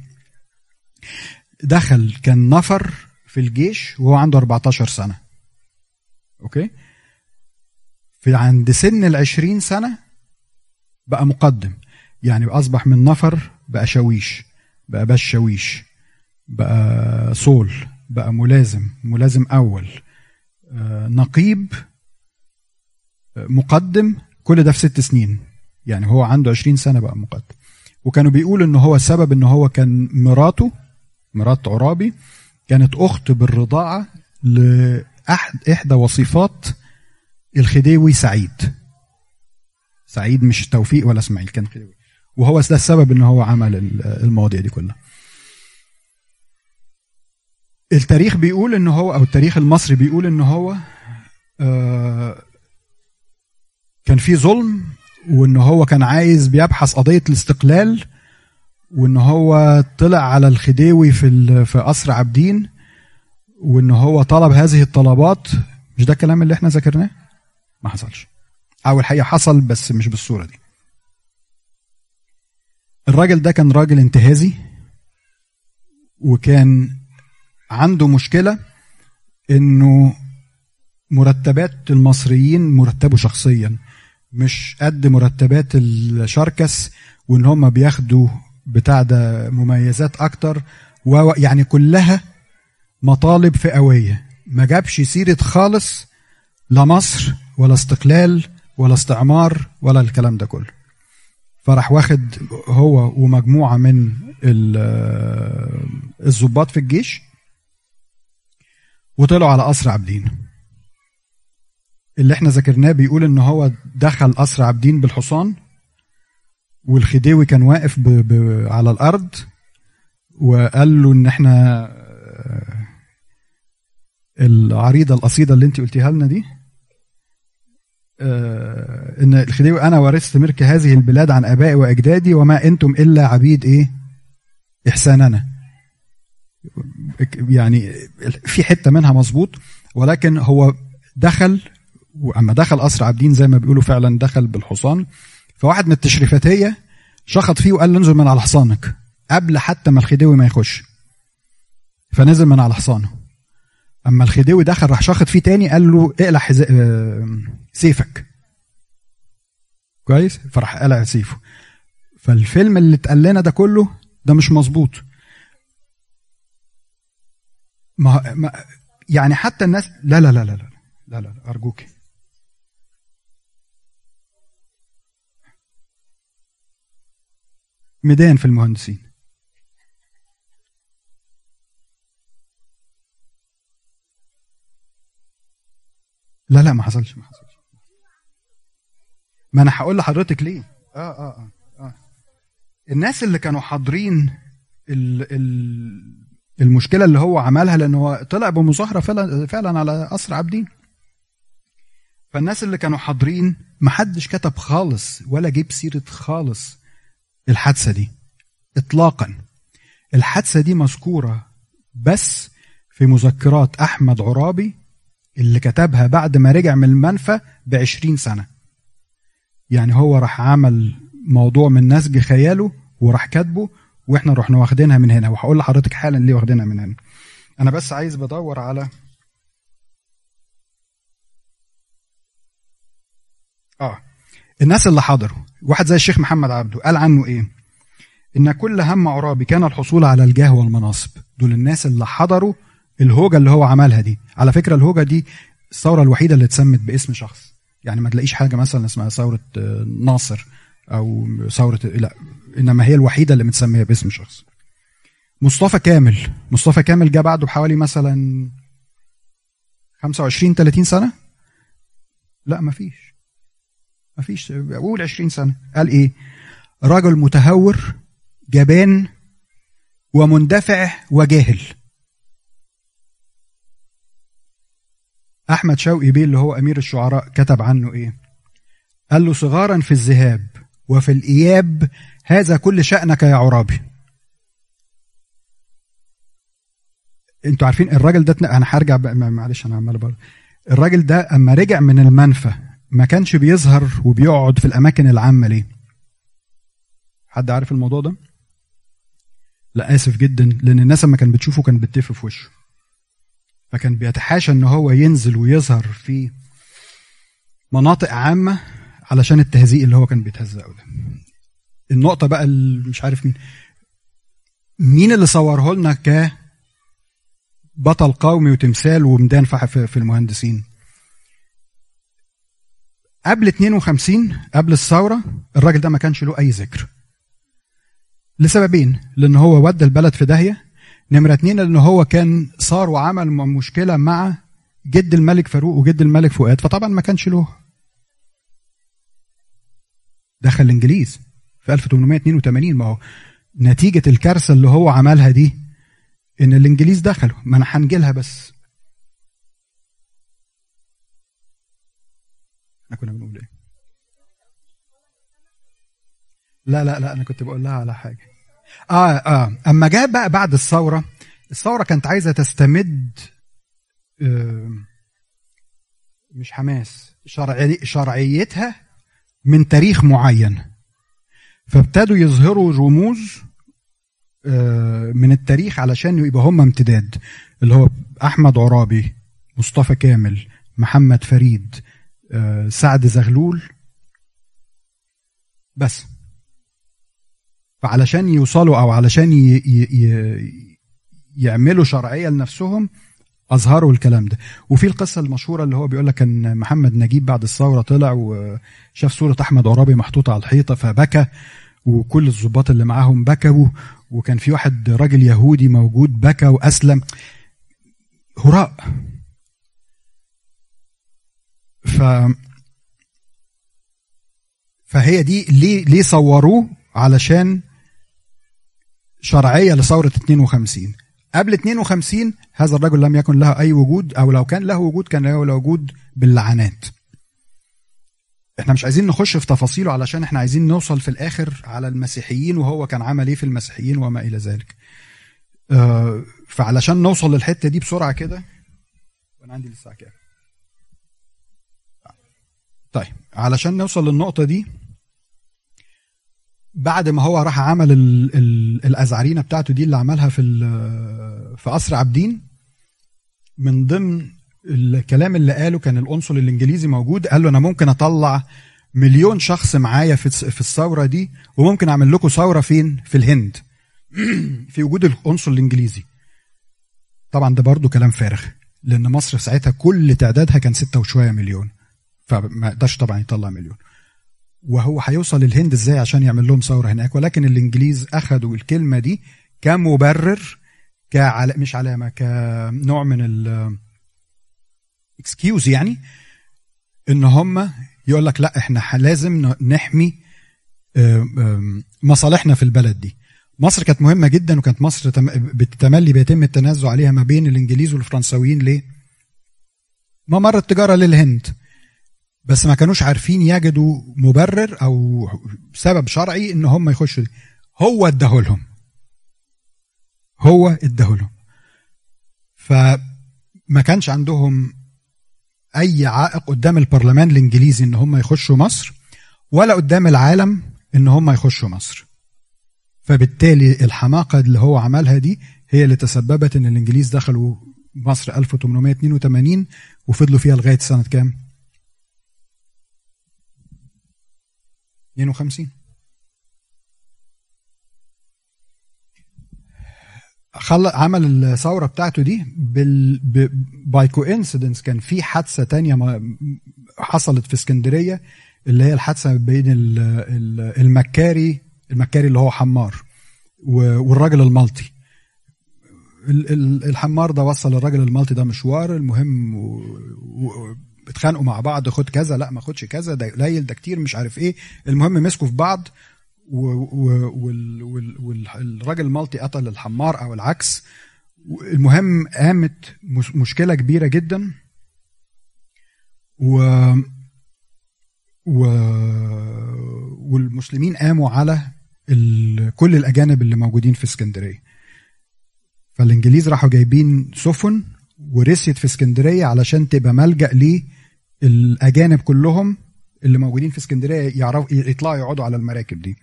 Speaker 1: دخل كان نفر في الجيش وهو عنده أربعتاشر سنه. اوكي، في عند سن العشرين سنه بقى مقدم، يعني اصبح من نفر بقى شاويش، بقى باش شاويش، بقى صول، بقى ملازم، ملازم أول، نقيب، مقدم. كل ده في ست سنين، يعني هو عنده عشرين سنة بقى مقدم. وكانوا بيقولوا إنه هو السبب إنه هو كان مراته مرات عرابي كانت أخت بالرضاعة لأحد إحدى وصفات الخديوي سعيد. سعيد مش توفيق ولا اسماعيل، كان خديوي، وهو ده السبب إنه هو عمل المواضيع دي كلها. التاريخ بيقول إنه هو أو التاريخ المصري بيقول إنه هو آه كان في ظلم، وإنه هو كان عايز بيبحث قضية الاستقلال، وإنه هو طلع على الخديوي في في قصر عابدين، وإنه هو طلب هذه الطلبات. مش ده الكلام اللي احنا ذكرناه؟ ما حصلش، أو الحقيقة حصل بس مش بالصورة دي. الراجل ده كان راجل انتهازي، وكان عنده مشكلة إنه مرتبات المصريين مرتبه شخصيا مش قد مرتبات الشركس، وإن هم بياخدوا بتاع ده مميزات أكتر، ويعني كلها مطالب فئوية. ما جابش سيرة خالص لا مصر ولا استقلال ولا استعمار ولا الكلام ده كله. فراح واخد هو ومجموعة من الضباط في الجيش وطلعوا على قصر عابدين. اللي احنا ذكرناه بيقول ان هو دخل قصر عابدين بالحصان، والخديوي كان واقف ب ب على الارض، وقال له ان احنا العريضه القصيده اللي انت قلتيها لنا دي، ان الخديوي انا ورثت ملك هذه البلاد عن ابائي واجدادي وما انتم الا عبيد ايه احساننا. يعني في حته منها مظبوط، ولكن هو دخل، واما دخل قصر عابدين زي ما بيقولوا فعلا دخل بالحصان. فواحد من التشريفاتيه شخط فيه وقال له انزل من على حصانك قبل حتى ما الخديوي ما يخش، فنزل من على حصانه. اما الخديوي دخل راح شخط فيه تاني قال له اقلع حزا... سيفك كويس، فراح قلع سيفه. فالفيلم اللي اتقال لنا ده كله ده مش مظبوط. ما... ما يعني حتى الناس لا لا لا لا لا لا لا ارجوك، ميدان في المهندسين. لا لا ما حصلش ما حصلش ما انا هقول لحضرتك ليه. اه اه اه, آه. الناس اللي كانوا حاضرين ال ال المشكله اللي هو عملها، لانه هو طلع بمظاهره فعلا فعلا على قصر عابدين، فالناس اللي كانوا حاضرين ما حدش كتب خالص ولا جيب سيره خالص الحادثه دي اطلاقا. الحادثه دي مذكوره بس في مذكرات احمد عرابي اللي كتبها بعد ما رجع من المنفى بعشرين سنة. يعني هو راح عمل موضوع من نسج خياله وراح كاتبه، واحنا رحنا واخدينها من هنا، وهقول لحضرتك حالا ليه واخدينها من هنا. انا بس عايز بدور على اه الناس اللي حضروا. واحد زي الشيخ محمد عبده قال عنه ايه؟ ان كل هم عرابي كان الحصول على الجاه والمناصب. دول الناس اللي حضروا الهوجة اللي هو عملها دي. على فكرة الهوجة دي الثورة الوحيدة اللي اتسمت باسم شخص، يعني ما تلاقيش حاجة مثلا اسمها ثورة ناصر أو ثورة، لا، إنما هي الوحيدة اللي متسمية باسم شخص. مصطفى كامل مصطفى كامل جاء بعده بحوالي مثلا خمسة وعشرين ثلاثين سنة، لا مفيش مفيش أقول عشرين سنة. قال إيه؟ رجل متهور جبان ومندفع وجاهل. أحمد شوقي بيه اللي هو أمير الشعراء كتب عنه إيه؟ قال له صغارا في الذهاب وفي الإياب هذا كل شأنك يا عرابي. انتوا عارفين الراجل ده، أنا هرجع معلش أنا عمال بقول، الراجل ده أما رجع من المنفى ما كانش بيظهر وبيقعد في الأماكن العامة ليه؟ حد عارف الموضوع ده؟ لا آسف جدا، لأن الناس لما كان بتشوفه كان بتتف في وشه، فكان بيتحاشى ان هو ينزل ويظهر في مناطق عامة علشان التهزيء اللي هو كان بيتهزقه ده. النقطة بقى اللي مش عارف مين مين اللي صوره لنا كبطل قومي وتمثال وميدان في المهندسين. قبل اتنين وخمسين قبل الثورة الراجل ده ما كانش له أي ذكر لسببين، لأن هو ودى البلد في داهية، نمرة اتنين لأنه هو كان صار وعمل مشكلة مع جد الملك فاروق وجد الملك فؤاد، فطبعا ما كانش له. دخل الإنجليز في ألف وثمانمائة واثنين وثمانين، ما هو نتيجة الكارثة اللي هو عملها دي إن الإنجليز دخلوا. ما أنا هنجيلها بس. احنا كنا بنقول إيه؟ لا لا لا أنا كنت بقول لها على حاجة. آه آه أما جاء بقى بعد الثورة، الثورة كانت عايزة تستمد آه مش حماس شرعي شرعيتها من تاريخ معين، فابتدوا يظهروا رموز آه من التاريخ علشان يبقى هم امتداد، اللي هو أحمد عرابي، مصطفى كامل، محمد فريد، آه سعد زغلول، بس فعلشان يوصلوا او علشان ي... ي... يعملوا شرعيه لنفسهم اظهروا الكلام ده. وفي القصه المشهوره اللي هو بيقول لك ان محمد نجيب بعد الثوره طلع وشاف صوره احمد عرابي محطوطه على الحيطه فبكى، وكل الضباط اللي معاهم بكوا، وكان في واحد راجل يهودي موجود بكى واسلم. هراء. ف فهي دي ليه ليه صوروه؟ علشان شرعية لثورة اثنين وخمسين. قبل اثنين وخمسين هذا الرجل لم يكن له أي وجود، أو لو كان له وجود كان له وجود باللعنات. احنا مش عايزين نخش في تفاصيله علشان احنا عايزين نوصل في الآخر على المسيحيين وهو كان عمل ايه في المسيحيين وما إلى ذلك. آه فعلشان نوصل للحتة دي بسرعة كده، وانا عندي لسه كده. طيب علشان نوصل للنقطة دي بعد ما هو راح عمل ال ال الازعرينه بتاعته دي اللي عملها في في قصر عابدين، من ضمن الكلام اللي قاله كان القنصل الانجليزي موجود، قال له انا ممكن اطلع مليون شخص معايا في في الثوره دي، وممكن اعمل لكم ثوره فين؟ في الهند في وجود القنصل الانجليزي. طبعا ده برضو كلام فارغ، لان مصر ساعتها كل تعدادها كان ستة وشويه مليون، فما قدرش طبعا يطلع مليون. وهو هيوصل الهند ازاي عشان يعمل لهم ثوره هناك؟ ولكن الانجليز اخذوا الكلمه دي كمبرر، كعل... مش علامه، كنوع من ال اكسكيوز، يعني ان هم يقول لك لا احنا لازم نحمي مصالحنا في البلد دي. مصر كانت مهمه جدا، وكانت مصر بالتملي بيتم التنازع عليها ما بين الانجليز والفرنساويين. ليه؟ ممر التجاره للهند، بس ما كانوش عارفين يجدوا مبرر او سبب شرعي ان هم يخشوا دي. هو اداهولهم هو اداهولهم فما كانش عندهم اي عائق قدام البرلمان الانجليزي ان هم يخشوا مصر، ولا قدام العالم ان هم يخشوا مصر. فبالتالي الحماقه اللي هو عملها دي هي اللي تسببت ان الانجليز دخلوا مصر ألف وثمانمائة واثنين وثمانين وفضلوا فيها لغايه سنه كام؟ اثنين وخمسين. خل... عمل الثوره بتاعته دي بال باي كوانسيدنس. كان في حادثه تانية ما... حصلت في اسكندريه، اللي هي الحادثه بين المكاري المكاري اللي هو حمار والراجل المالطي. الحمار ده وصل الراجل المالطي ده مشوار، المهم اتخانقوا مع بعض، خد كذا، لا ما خدش كذا، ده قليل، ده كتير، مش عارف ايه. المهم مسكوا في بعض، والراجل المالطي قتل الحمار او العكس. المهم قامت مشكله كبيره جدا، و و والمسلمين قاموا على كل الاجانب اللي موجودين في اسكندريه. فالانجليز راحوا جايبين سفن ورسيت في اسكندريه علشان تبقى ملجأ للاجانب كلهم اللي موجودين في اسكندريه، يعرفوا يطلعوا يقعدوا على المراكب دي.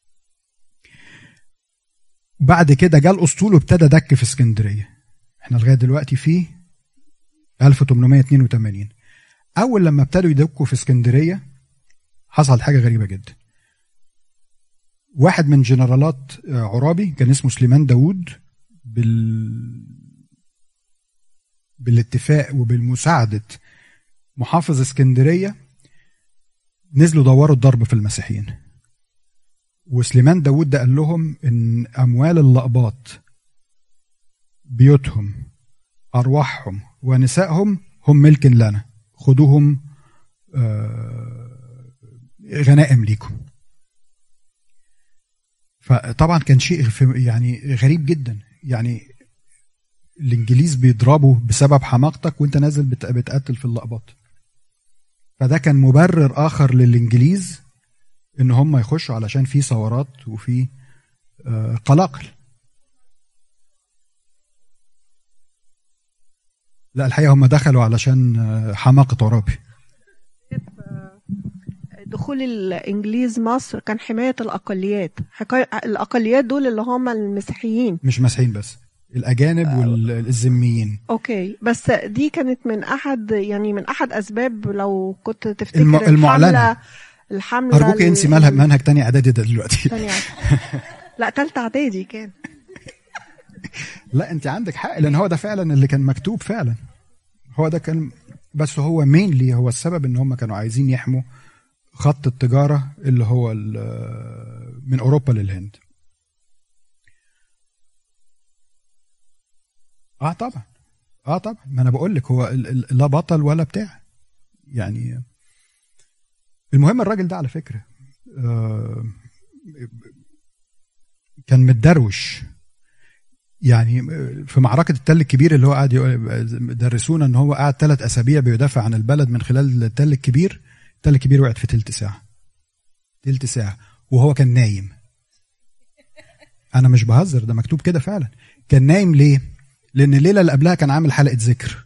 Speaker 1: بعد كده جاء الاسطول وابتدى دك في اسكندريه. احنا لغايه دلوقتي في ألف وثمانمائة واثنين وثمانين. اول لما ابتدوا يدكوا في اسكندريه حصل حاجه غريبه جدا. واحد من جنرالات عرابي كان اسمه سليمان داوود، بال بالاتفاق وبالمساعده محافظ اسكندريه نزلوا دوروا الضرب في المسيحيين. وسليمان داوود ده قال لهم ان اموال اللقباط، بيوتهم، ارواحهم ونسائهم هم ملك لنا، خدوهم غنائم ليكم. فطبعا كان شيء يعني غريب جدا، يعني الانجليز بيضربوا بسبب حماقتك وانت نازل بتقتل في اللقباط. فده كان مبرر اخر للانجليز ان هم يخشوا، علشان في ثورات وفي قلاقل. لا الحقيقه هم دخلوا علشان حماقه عرابي.
Speaker 5: دخول الانجليز مصر كان حمايه الاقليات. الاقليات دول اللي هم المسيحيين،
Speaker 1: مش مسيحيين بس، الاجانب والذميين.
Speaker 5: اوكي، بس دي كانت من احد يعني من احد اسباب، لو كنت تفتكر،
Speaker 1: الم... المعلنه
Speaker 5: الحمله.
Speaker 1: ارجوك انسي منهج منهج تاني اعدادي ده دلوقتي.
Speaker 5: لا تالتة اعدادي كان.
Speaker 1: لا انت عندك حق، لان هو ده فعلا اللي كان مكتوب فعلا، هو ده كان. بس هو مينلي هو السبب ان هم كانوا عايزين يحموا خط التجاره اللي هو من اوروبا للهند. اه طبعا اه طبعا ما انا بقول لك هو لا بطل ولا بتاع يعني. المهم الراجل ده على فكره آه كان متدروش، يعني في معركه التل الكبير اللي هو قاعد درسونا ان هو قاعد ثلاث اسابيع بيدافع عن البلد من خلال التل الكبير. التل الكبير وقعت في تلت ساعه تلت ساعه وهو كان نايم. انا مش بهزر، ده مكتوب كده فعلا. كان نايم ليه؟ لان الليله اللي قبلها كان عامل حلقه ذكر،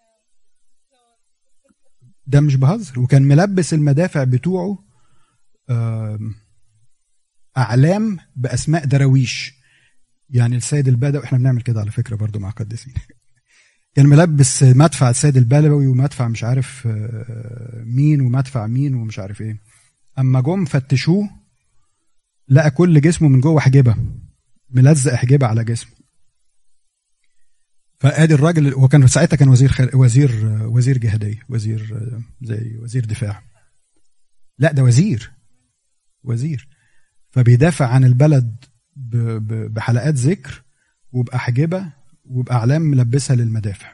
Speaker 1: ده مش بهزر. وكان ملبس المدافع بتوعه اعلام باسماء دراويش. يعني السيد البدوي، احنا بنعمل كده على فكره برضو مع قديسين، كان ملبس مدفع السيد البدوي ومدفع مش عارف مين ومدفع مين ومش عارف ايه. اما جم فتشوه لقى كل جسمه من جوه حجبه، ملزق حجبه على جسمه. فادي الراجل، وكان ساعتها كان وزير خل... وزير وزير جهاديه، وزير زي وزير دفاع، لا ده وزير وزير فبيدافع عن البلد ب... ب... بحلقات ذكر وبأحجبة وبأعلام ملبسها للمدافع.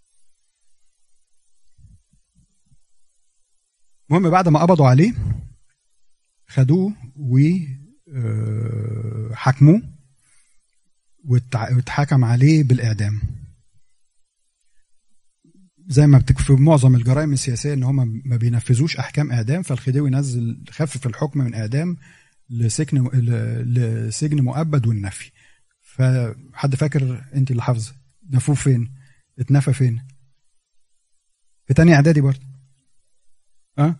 Speaker 1: المهم بعد ما قبضوا عليه خدوه وحكموه واتحكم عليه بالإعدام. زي ما في معظم الجرائم السياسية ان هم ما بينفذوش احكام اعدام، فالخديوي نزل خفف الحكم من اعدام لسجن لسجن مؤبد والنفي. فحد فاكر انت اللي حافظه نفوه فين؟ اتنفى فين؟ في تاني اعدادي برضه. اه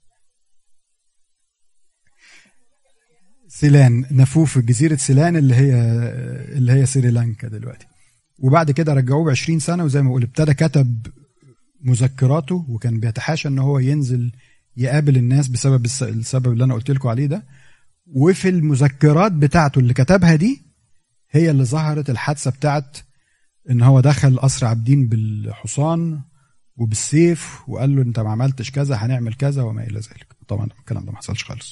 Speaker 1: سيلان، نفوه في جزيرة سيلان اللي هي اللي هي سريلانكا دلوقتي. وبعد كده رجعوه بعشرين سنة، وزي ما بقول ابتدى كتب مذكراته، وكان بيتحاشى ان هو ينزل يقابل الناس بسبب السبب اللي انا قلت لكم عليه ده. وفي المذكرات بتاعته اللي كتبها دي هي اللي ظهرت الحادثة بتاعت ان هو دخل قصر عابدين بالحصان وبالسيف وقال له انت ما عملتش كذا هنعمل كذا وما الى ذلك. طبعا الكلام ده ما حصلش خالص.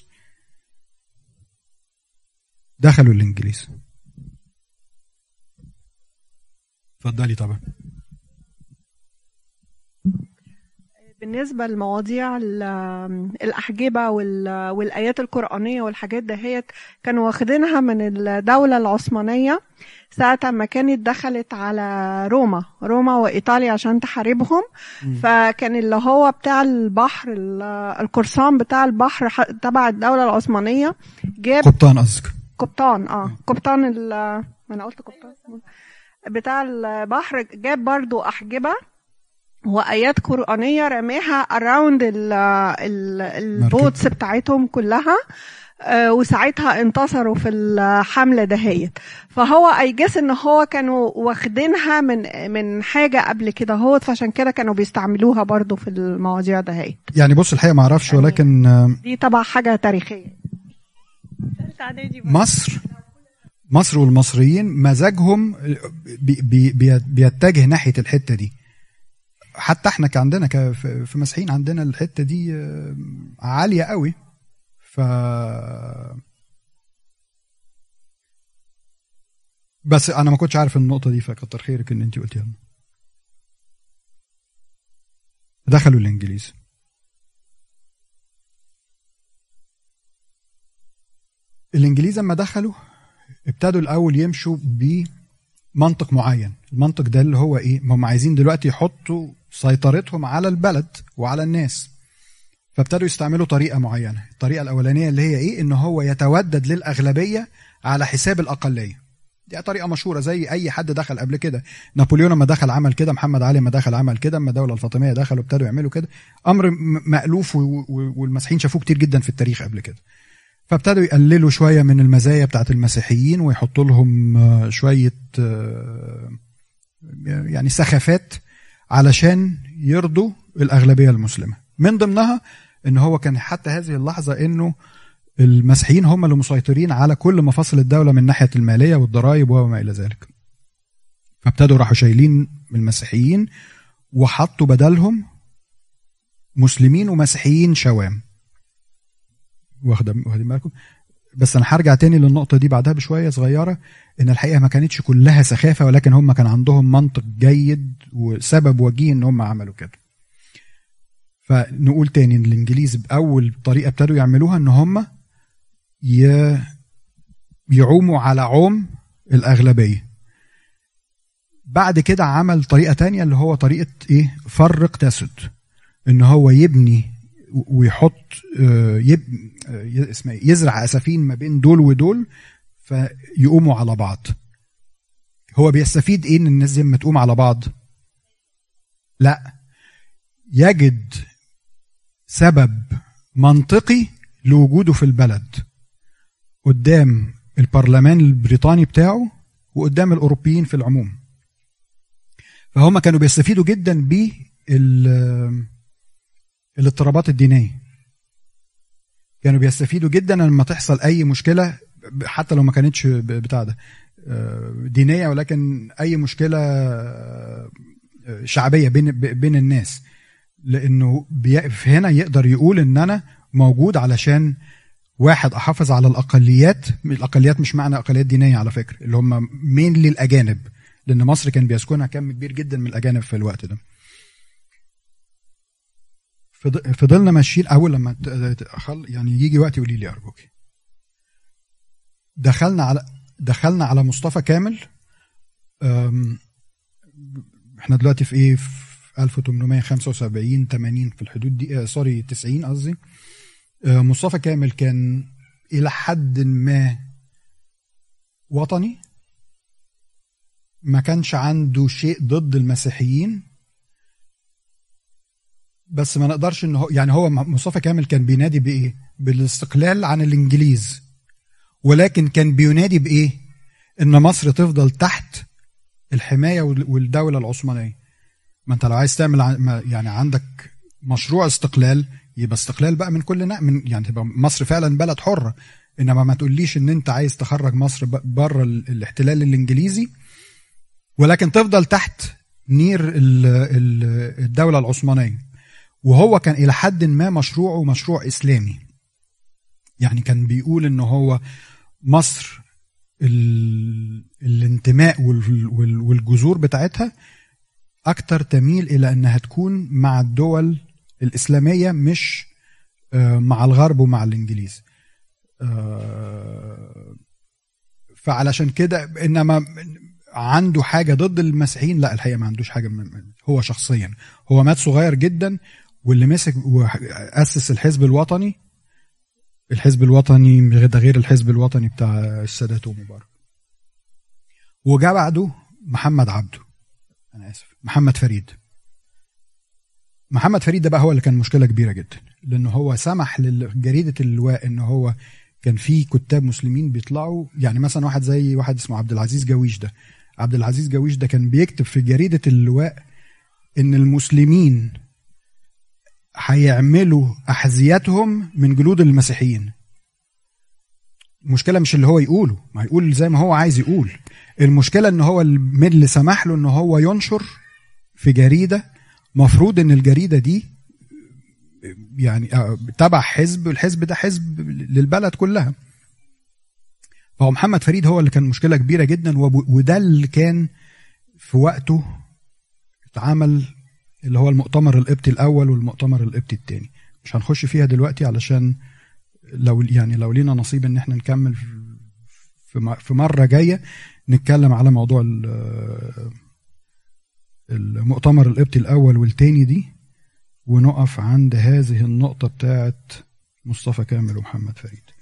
Speaker 1: دخلوا الانجليز. اتفضلي. طبعا
Speaker 5: بالنسبة لمواضيع الأحجبة والآيات القرآنية والحاجات دهيت كانوا واخدينها من الدولة العثمانية ساعة ما كانت دخلت على روما روما وإيطاليا عشان تحاربهم. م. فكان اللي هو بتاع البحر القرصان بتاع البحر تبع الدولة العثمانية جاب
Speaker 1: قبطان قصدك؟
Speaker 5: قبطان اه قبطان ال ما انا قلت قبطان بتاع البحر جاب برضو أحجبة وآيات قرآنية رماها اراوند البوتس بتاعتهم كلها. آه وساعتها انتصروا في الحملة دهيت. فهو ايجس ان هو كانوا واخدينها من من حاجة قبل كده هو، فعشان كده كانوا بيستعملوها برضو في المواضيع دهيت.
Speaker 1: يعني بص الحقيقة ما اعرفش يعني ولكن
Speaker 5: دي طبعا حاجة تاريخية.
Speaker 1: مصر مصر والمصريين مزاجهم بي بي بيتجه ناحية الحتة دي. حتى احنا كعندنا في مسيحيين عندنا الحتة دي عالية قوي. ف بس انا ما كنتش عارف النقطة دي، فكتر خيرك ان انت قلتيها. دخلوا الانجليز. الانجليز لما دخلوا ابتدوا الاول يمشوا بمنطق معين. المنطق ده اللي هو ايه؟ هم عايزين دلوقتي يحطوا سيطرتهم على البلد وعلى الناس، فابتدوا يستعملوا طريقة معينة. الطريقة الأولانية اللي هي إيه؟ إن هو يتودد للأغلبية على حساب الأقلية. دي طريقة مشهورة زي أي حد دخل قبل كده. نابليون لما دخل عمل كده، محمد علي لما دخل عمل كده، لما الدولة الفاطمية دخلوا ابتدوا يعملوا كده. أمر مألوف والمسيحيين شافوه كتير جدا في التاريخ قبل كده. فابتدوا يقللوا شوية من المزايا بتاعت المسيحيين ويحطوا لهم شوية يعني سخافات علشان يرضوا الأغلبية المسلمة. من ضمنها ان هو كان حتى هذه اللحظة انه المسيحيين هم اللي مسيطرين على كل مفاصل الدولة من ناحية المالية والضرائب وما الى ذلك. فابتدوا راحوا شايلين المسيحيين وحطوا بدلهم مسلمين ومسيحيين شوام. واخدين بالكم؟ بس انا هرجع تاني للنقطة دي بعدها بشوية صغيرة، ان الحقيقة ما كانتش كلها سخافة، ولكن هم كان عندهم منطق جيد وسبب وجيه ان هم عملوا كده. فنقول تاني ان الانجليز باول طريقة ابتدوا يعملوها ان هم يعوموا على عوم الاغلبية. بعد كده عمل طريقة تانية اللي هو طريقة ايه؟ فرق تسد. ان هو يبني ويحط يب... اسمه يزرع اسفين ما بين دول ودول فيقوموا على بعض. هو بيستفيد ايه ان الناس دي لما تقوم على بعض؟ لا، يجد سبب منطقي لوجوده في البلد. قدام البرلمان البريطاني بتاعه وقدام الأوروبيين في العموم. فهم كانوا بيستفيدوا جدا بالاضطرابات الدينية، كانوا بيستفيدوا جدا لما تحصل أي مشكلة حتى لو ما كانتش بتاع ده دينية، ولكن أي مشكلة شعبية بين بين الناس، لأنه هنا يقدر يقول إن أنا موجود علشان واحد أحافظ على الأقليات. الأقليات مش معنى أقليات دينية على فكرة، اللي هم مين للأجانب، لأن مصر كان بيسكنها كم كبير جدا من الأجانب في الوقت ده. فضلنا ماشيين. أول لما يعني يجي وقت يقولي لي أرجوك. دخلنا على دخلنا على مصطفى كامل. احنا دلوقتي في ايه، في ألف وثمانمائة وخمسة وسبعين ثمانين في الحدود دي، اه سوري تسعين قصدي. اه مصطفى كامل كان الى حد ما وطني، ما كانش عنده شيء ضد المسيحيين، بس ما نقدرش ان هو يعني هو مصطفى كامل كان بينادي بايه، بالاستقلال عن الانجليز، ولكن كان بينادي بايه، ان مصر تفضل تحت الحماية والدولة العثمانية. ما انت لو عايز تعمل يعني عندك مشروع استقلال، يبقى استقلال بقى من كل من يعني تبقى مصر فعلا بلد حرة، انما ما تقوليش ان انت عايز تخرج مصر بره الاحتلال الانجليزي ولكن تفضل تحت نير الدولة العثمانية. وهو كان الى حد ما مشروعه مشروع اسلامي، يعني كان بيقول ان هو مصر الانتماء والجذور بتاعتها أكتر تميل إلى أنها تكون مع الدول الإسلامية مش مع الغرب ومع الإنجليز. فعلشان كده إنما عنده حاجة ضد المسيحيين؟ لا، الحقيقة ما عندوش حاجة. هو شخصيا هو مات صغير جدا، واللي مسك وأسس الحزب الوطني. الحزب الوطني ده غير الحزب الوطني بتاع السادات ومبارك. وجاء بعده محمد عبده أنا آسف محمد فريد. محمد فريد ده بقى هو اللي كان مشكلة كبيرة جدا، لأنه هو سمح لجريدة اللواء إن هو كان في كتاب مسلمين بيطلعوا، يعني مثلا واحد زي واحد اسمه عبد العزيز جويش. ده عبد العزيز جويش ده كان بيكتب في جريدة اللواء إن المسلمين هيعملوا أحذيتهم من جلود المسيحيين. المشكلة مش اللي هو يقوله، ما يقول زي ما هو عايز يقول، المشكلة ان هو اللي سمح له ان هو ينشر في جريدة مفروض ان الجريدة دي يعني تبع حزب، والحزب ده حزب للبلد كلها. فهو محمد فريد هو اللي كان مشكلة كبيرة جدا، وده اللي كان في وقته اتعمل اللي هو المؤتمر القبطي الاول والمؤتمر القبطي الثاني. مش هنخش فيها دلوقتي علشان لو يعني لو لينا نصيب ان احنا نكمل في مرة جاية نتكلم على موضوع المؤتمر القبطي الاول والثاني دي، ونقف عند هذه النقطة بتاعت مصطفى كامل ومحمد فريد.